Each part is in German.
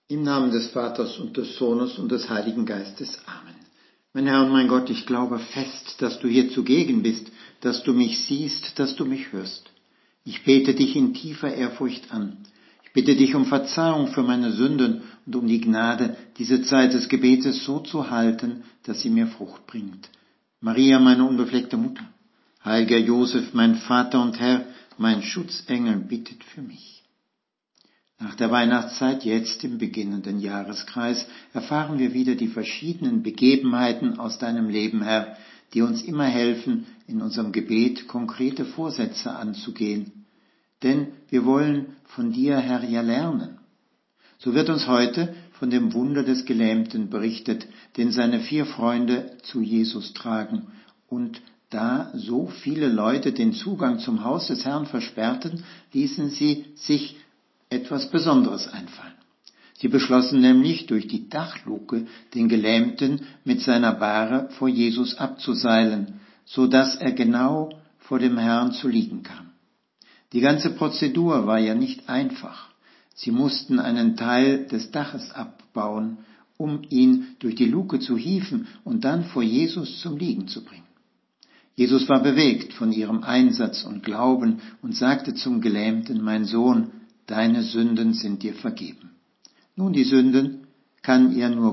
Im Namen des Vaters und des Sohnes und des Heiligen Geistes. Amen. Mein Herr und mein Gott, ich glaube fest, dass du hier zugegen bist, dass du mich siehst, dass du mich hörst. Ich bete dich in tiefer Ehrfurcht an. Ich bitte dich um Verzeihung für meine Sünden und um die Gnade, diese Zeit des Gebetes so zu halten, dass sie mir Frucht bringt. Maria, meine unbefleckte Mutter, heiliger Josef, mein Vater und Herr, mein Schutzengel, bittet für mich. Nach der Weihnachtszeit, jetzt im beginnenden Jahreskreis, erfahren wir wieder die verschiedenen Begebenheiten aus deinem Leben, Herr, die uns immer helfen, in unserem Gebet konkrete Vorsätze anzugehen. Denn wir wollen von dir, Herr, ja lernen. So wird uns heute von dem Wunder des Gelähmten berichtet, den seine 4 Freunde zu Jesus tragen. Und da so viele Leute den Zugang zum Haus des Herrn versperrten, ließen sie sich etwas Besonderes einfallen. Sie beschlossen nämlich, durch die Dachluke den Gelähmten mit seiner Bahre vor Jesus abzuseilen, so dass er genau vor dem Herrn zu liegen kam. Die ganze Prozedur war ja nicht einfach. Sie mussten einen Teil des Daches abbauen, um ihn durch die Luke zu hieven und dann vor Jesus zum Liegen zu bringen. Jesus war bewegt von ihrem Einsatz und Glauben und sagte zum Gelähmten: Mein Sohn, deine Sünden sind dir vergeben. Nun, die Sünden kann ja nur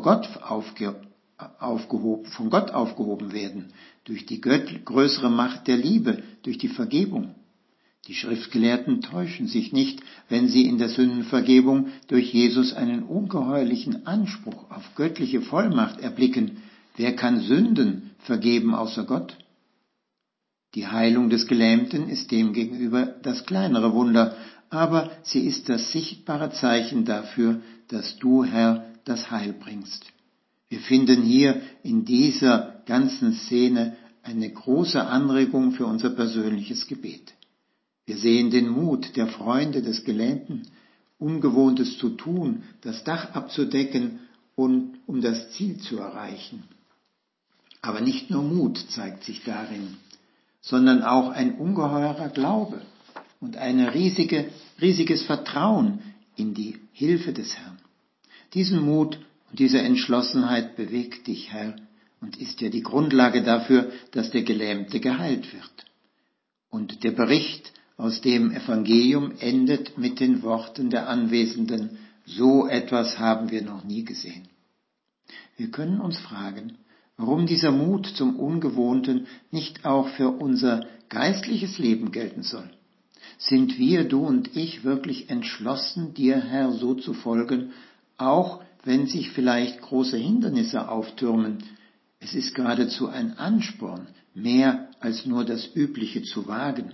von Gott aufgehoben werden, durch die größere Macht der Liebe, durch die Vergebung. Die Schriftgelehrten täuschen sich nicht, wenn sie in der Sündenvergebung durch Jesus einen ungeheuerlichen Anspruch auf göttliche Vollmacht erblicken. Wer kann Sünden vergeben außer Gott? Die Heilung des Gelähmten ist demgegenüber das kleinere Wunder, aber sie ist das sichtbare Zeichen dafür, dass du, Herr, das Heil bringst. Wir finden hier in dieser ganzen Szene eine große Anregung für unser persönliches Gebet. Wir sehen den Mut der Freunde des Gelähmten, Ungewohntes zu tun, das Dach abzudecken und um das Ziel zu erreichen. Aber nicht nur Mut zeigt sich darin, sondern auch ein ungeheurer Glaube und ein riesiges Vertrauen in die Hilfe des Herrn. Diesen Mut und diese Entschlossenheit bewegt dich, Herr, und ist ja die Grundlage dafür, dass der Gelähmte geheilt wird. Und der Bericht aus dem Evangelium endet mit den Worten der Anwesenden: So etwas haben wir noch nie gesehen. Wir können uns fragen, warum dieser Mut zum Ungewohnten nicht auch für unser geistliches Leben gelten soll. Sind wir, du und ich, wirklich entschlossen, dir, Herr, so zu folgen, auch wenn sich vielleicht große Hindernisse auftürmen? Es ist geradezu ein Ansporn, mehr als nur das Übliche zu wagen.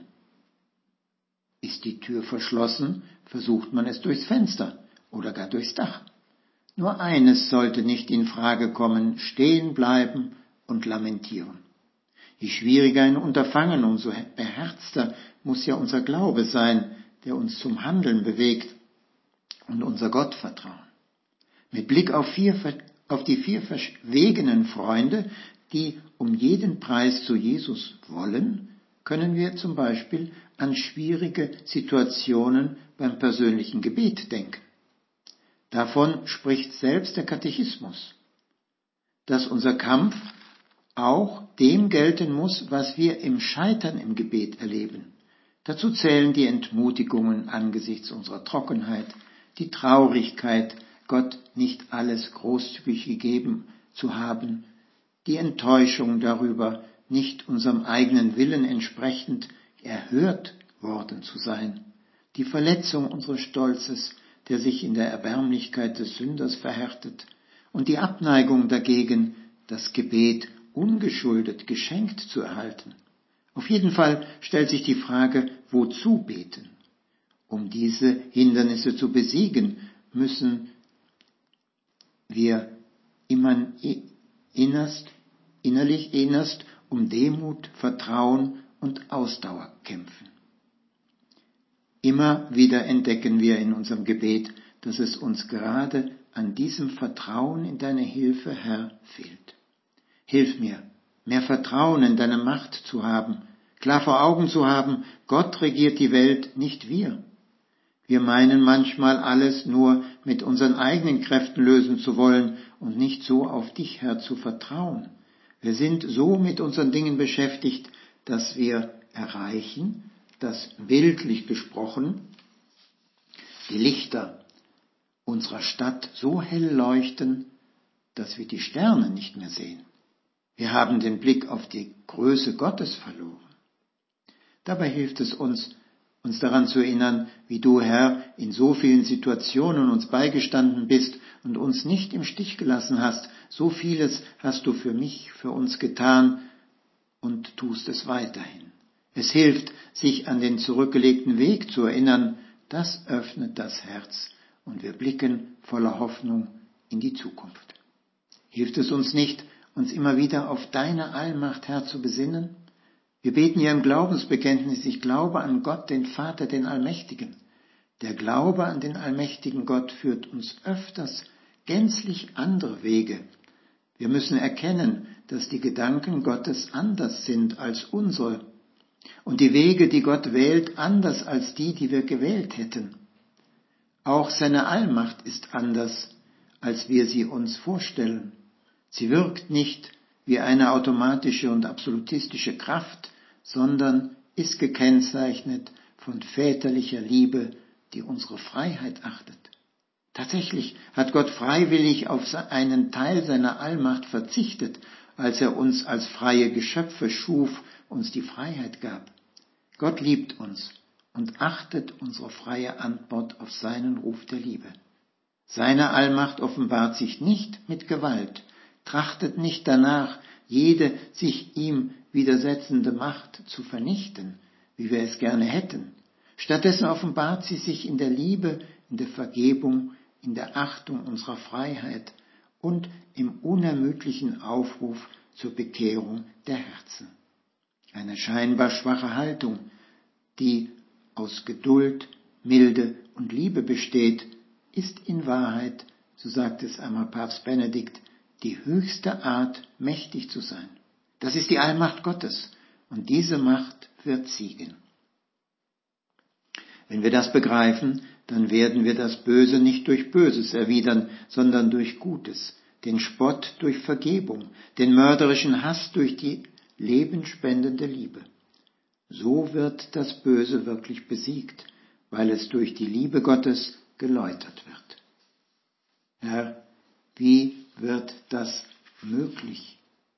Ist die Tür verschlossen, versucht man es durchs Fenster oder gar durchs Dach. Nur eines sollte nicht in Frage kommen: stehen bleiben und lamentieren. Je schwieriger ein Unterfangen, umso beherzter muss ja unser Glaube sein, der uns zum Handeln bewegt, und unser Gottvertrauen. Mit Blick auf die 4 verwegenen Freunde, die um jeden Preis zu Jesus wollen, können wir zum Beispiel an schwierige Situationen beim persönlichen Gebet denken. Davon spricht selbst der Katechismus, dass unser Kampf auch dem gelten muss, was wir im Scheitern im Gebet erleben. Dazu zählen die Entmutigungen angesichts unserer Trockenheit, die Traurigkeit, Gott nicht alles großzügig gegeben zu haben, die Enttäuschung darüber, nicht unserem eigenen Willen entsprechend erhört worden zu sein, die Verletzung unseres Stolzes, der sich in der Erbärmlichkeit des Sünders verhärtet, und die Abneigung dagegen, das Gebet ungeschuldet geschenkt zu erhalten. Auf jeden Fall stellt sich die Frage, wozu beten? Um diese Hindernisse zu besiegen, müssen wir innerlich um Demut, Vertrauen und Ausdauer kämpfen. Immer wieder entdecken wir in unserem Gebet, dass es uns gerade an diesem Vertrauen in deine Hilfe, Herr, fehlt. Hilf mir, mehr Vertrauen in deine Macht zu haben, klar vor Augen zu haben: Gott regiert die Welt, nicht wir. Wir meinen manchmal alles nur mit unseren eigenen Kräften lösen zu wollen und nicht so auf dich, Herr, zu vertrauen. Wir sind so mit unseren Dingen beschäftigt, dass wir erreichen, dass bildlich gesprochen die Lichter unserer Stadt so hell leuchten, dass wir die Sterne nicht mehr sehen. Wir haben den Blick auf die Größe Gottes verloren. Dabei hilft es uns daran zu erinnern, wie du, Herr, in so vielen Situationen uns beigestanden bist und uns nicht im Stich gelassen hast. So vieles hast du für mich, für uns getan und tust es weiterhin. Es hilft, sich an den zurückgelegten Weg zu erinnern. Das öffnet das Herz und wir blicken voller Hoffnung in die Zukunft. Hilft es uns nicht, uns immer wieder auf deine Allmacht, Herr, zu besinnen? Wir beten ja im Glaubensbekenntnis, ich glaube an Gott, den Vater, den Allmächtigen. Der Glaube an den allmächtigen Gott führt uns öfters gänzlich andere Wege. Wir müssen erkennen, dass die Gedanken Gottes anders sind als unsere und die Wege, die Gott wählt, anders als die wir gewählt hätten. Auch seine Allmacht ist anders, als wir sie uns vorstellen. Sie wirkt nicht wie eine automatische und absolutistische Kraft, sondern ist gekennzeichnet von väterlicher Liebe, die unsere Freiheit achtet. Tatsächlich hat Gott freiwillig auf einen Teil seiner Allmacht verzichtet, als er uns als freie Geschöpfe schuf, uns die Freiheit gab. Gott liebt uns und achtet unsere freie Antwort auf seinen Ruf der Liebe. Seine Allmacht offenbart sich nicht mit Gewalt, trachtet nicht danach, jede sich ihm widersetzende Macht zu vernichten, wie wir es gerne hätten. Stattdessen offenbart sie sich in der Liebe, in der Vergebung, in der Achtung unserer Freiheit und im unermüdlichen Aufruf zur Bekehrung der Herzen. Eine scheinbar schwache Haltung, die aus Geduld, Milde und Liebe besteht, ist in Wahrheit, so sagt es einmal Papst Benedikt, die höchste Art, mächtig zu sein. Das ist die Allmacht Gottes und diese Macht wird siegen. Wenn wir das begreifen, dann werden wir das Böse nicht durch Böses erwidern, sondern durch Gutes, den Spott durch Vergebung, den mörderischen Hass durch die lebenspendende Liebe. So wird das Böse wirklich besiegt, weil es durch die Liebe Gottes geläutert wird. Herr, wie wird das möglich?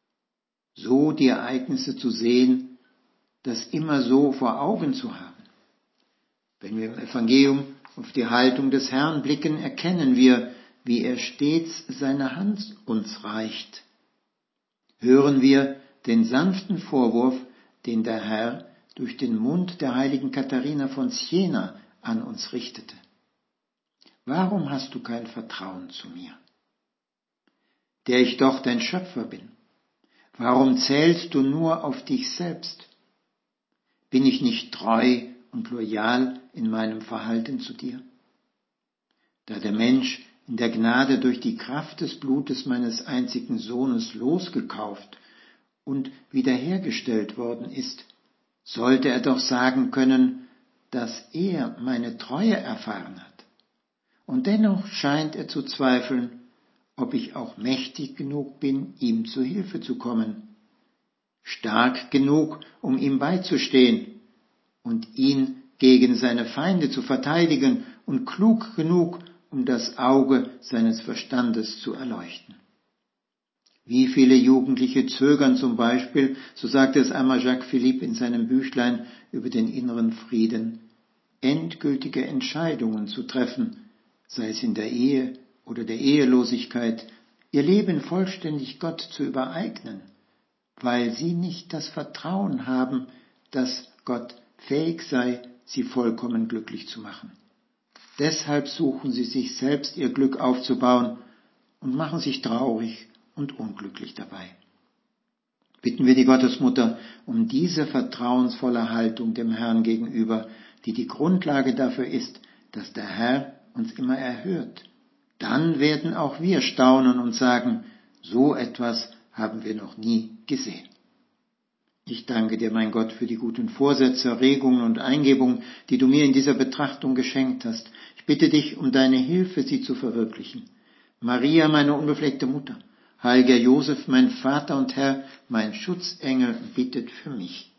So die Ereignisse zu sehen, das immer so vor Augen zu haben. Wenn wir im Evangelium auf die Haltung des Herrn blicken, erkennen wir, wie er stets seine Hand uns reicht. Hören wir den sanften Vorwurf, den der Herr durch den Mund der heiligen Katharina von Siena an uns richtete. Warum hast du kein Vertrauen zu mir, der ich doch dein Schöpfer bin? Warum zählst du nur auf dich selbst? Bin ich nicht treu und loyal in meinem Verhalten zu dir? Da der Mensch in der Gnade durch die Kraft des Blutes meines einzigen Sohnes losgekauft und wiederhergestellt worden ist, sollte er doch sagen können, dass er meine Treue erfahren hat. Und dennoch scheint er zu zweifeln, ob ich auch mächtig genug bin, ihm zu Hilfe zu kommen, stark genug, um ihm beizustehen und ihn gegen seine Feinde zu verteidigen und klug genug, um das Auge seines Verstandes zu erleuchten. Wie viele Jugendliche zögern zum Beispiel, so sagte es einmal Jacques Philippe in seinem Büchlein über den inneren Frieden, endgültige Entscheidungen zu treffen, sei es in der Ehe oder der Ehelosigkeit, ihr Leben vollständig Gott zu übereignen, weil sie nicht das Vertrauen haben, dass Gott fähig sei, sie vollkommen glücklich zu machen. Deshalb suchen sie sich selbst ihr Glück aufzubauen und machen sich traurig und unglücklich dabei. Bitten wir die Gottesmutter um diese vertrauensvolle Haltung dem Herrn gegenüber, die die Grundlage dafür ist, dass der Herr uns immer erhört. Dann werden auch wir staunen und sagen, so etwas haben wir noch nie gesehen. Ich danke dir, mein Gott, für die guten Vorsätze, Regungen und Eingebungen, die du mir in dieser Betrachtung geschenkt hast. Ich bitte dich um deine Hilfe, sie zu verwirklichen. Maria, meine unbefleckte Mutter, heiliger Josef, mein Vater und Herr, mein Schutzengel, bittet für mich.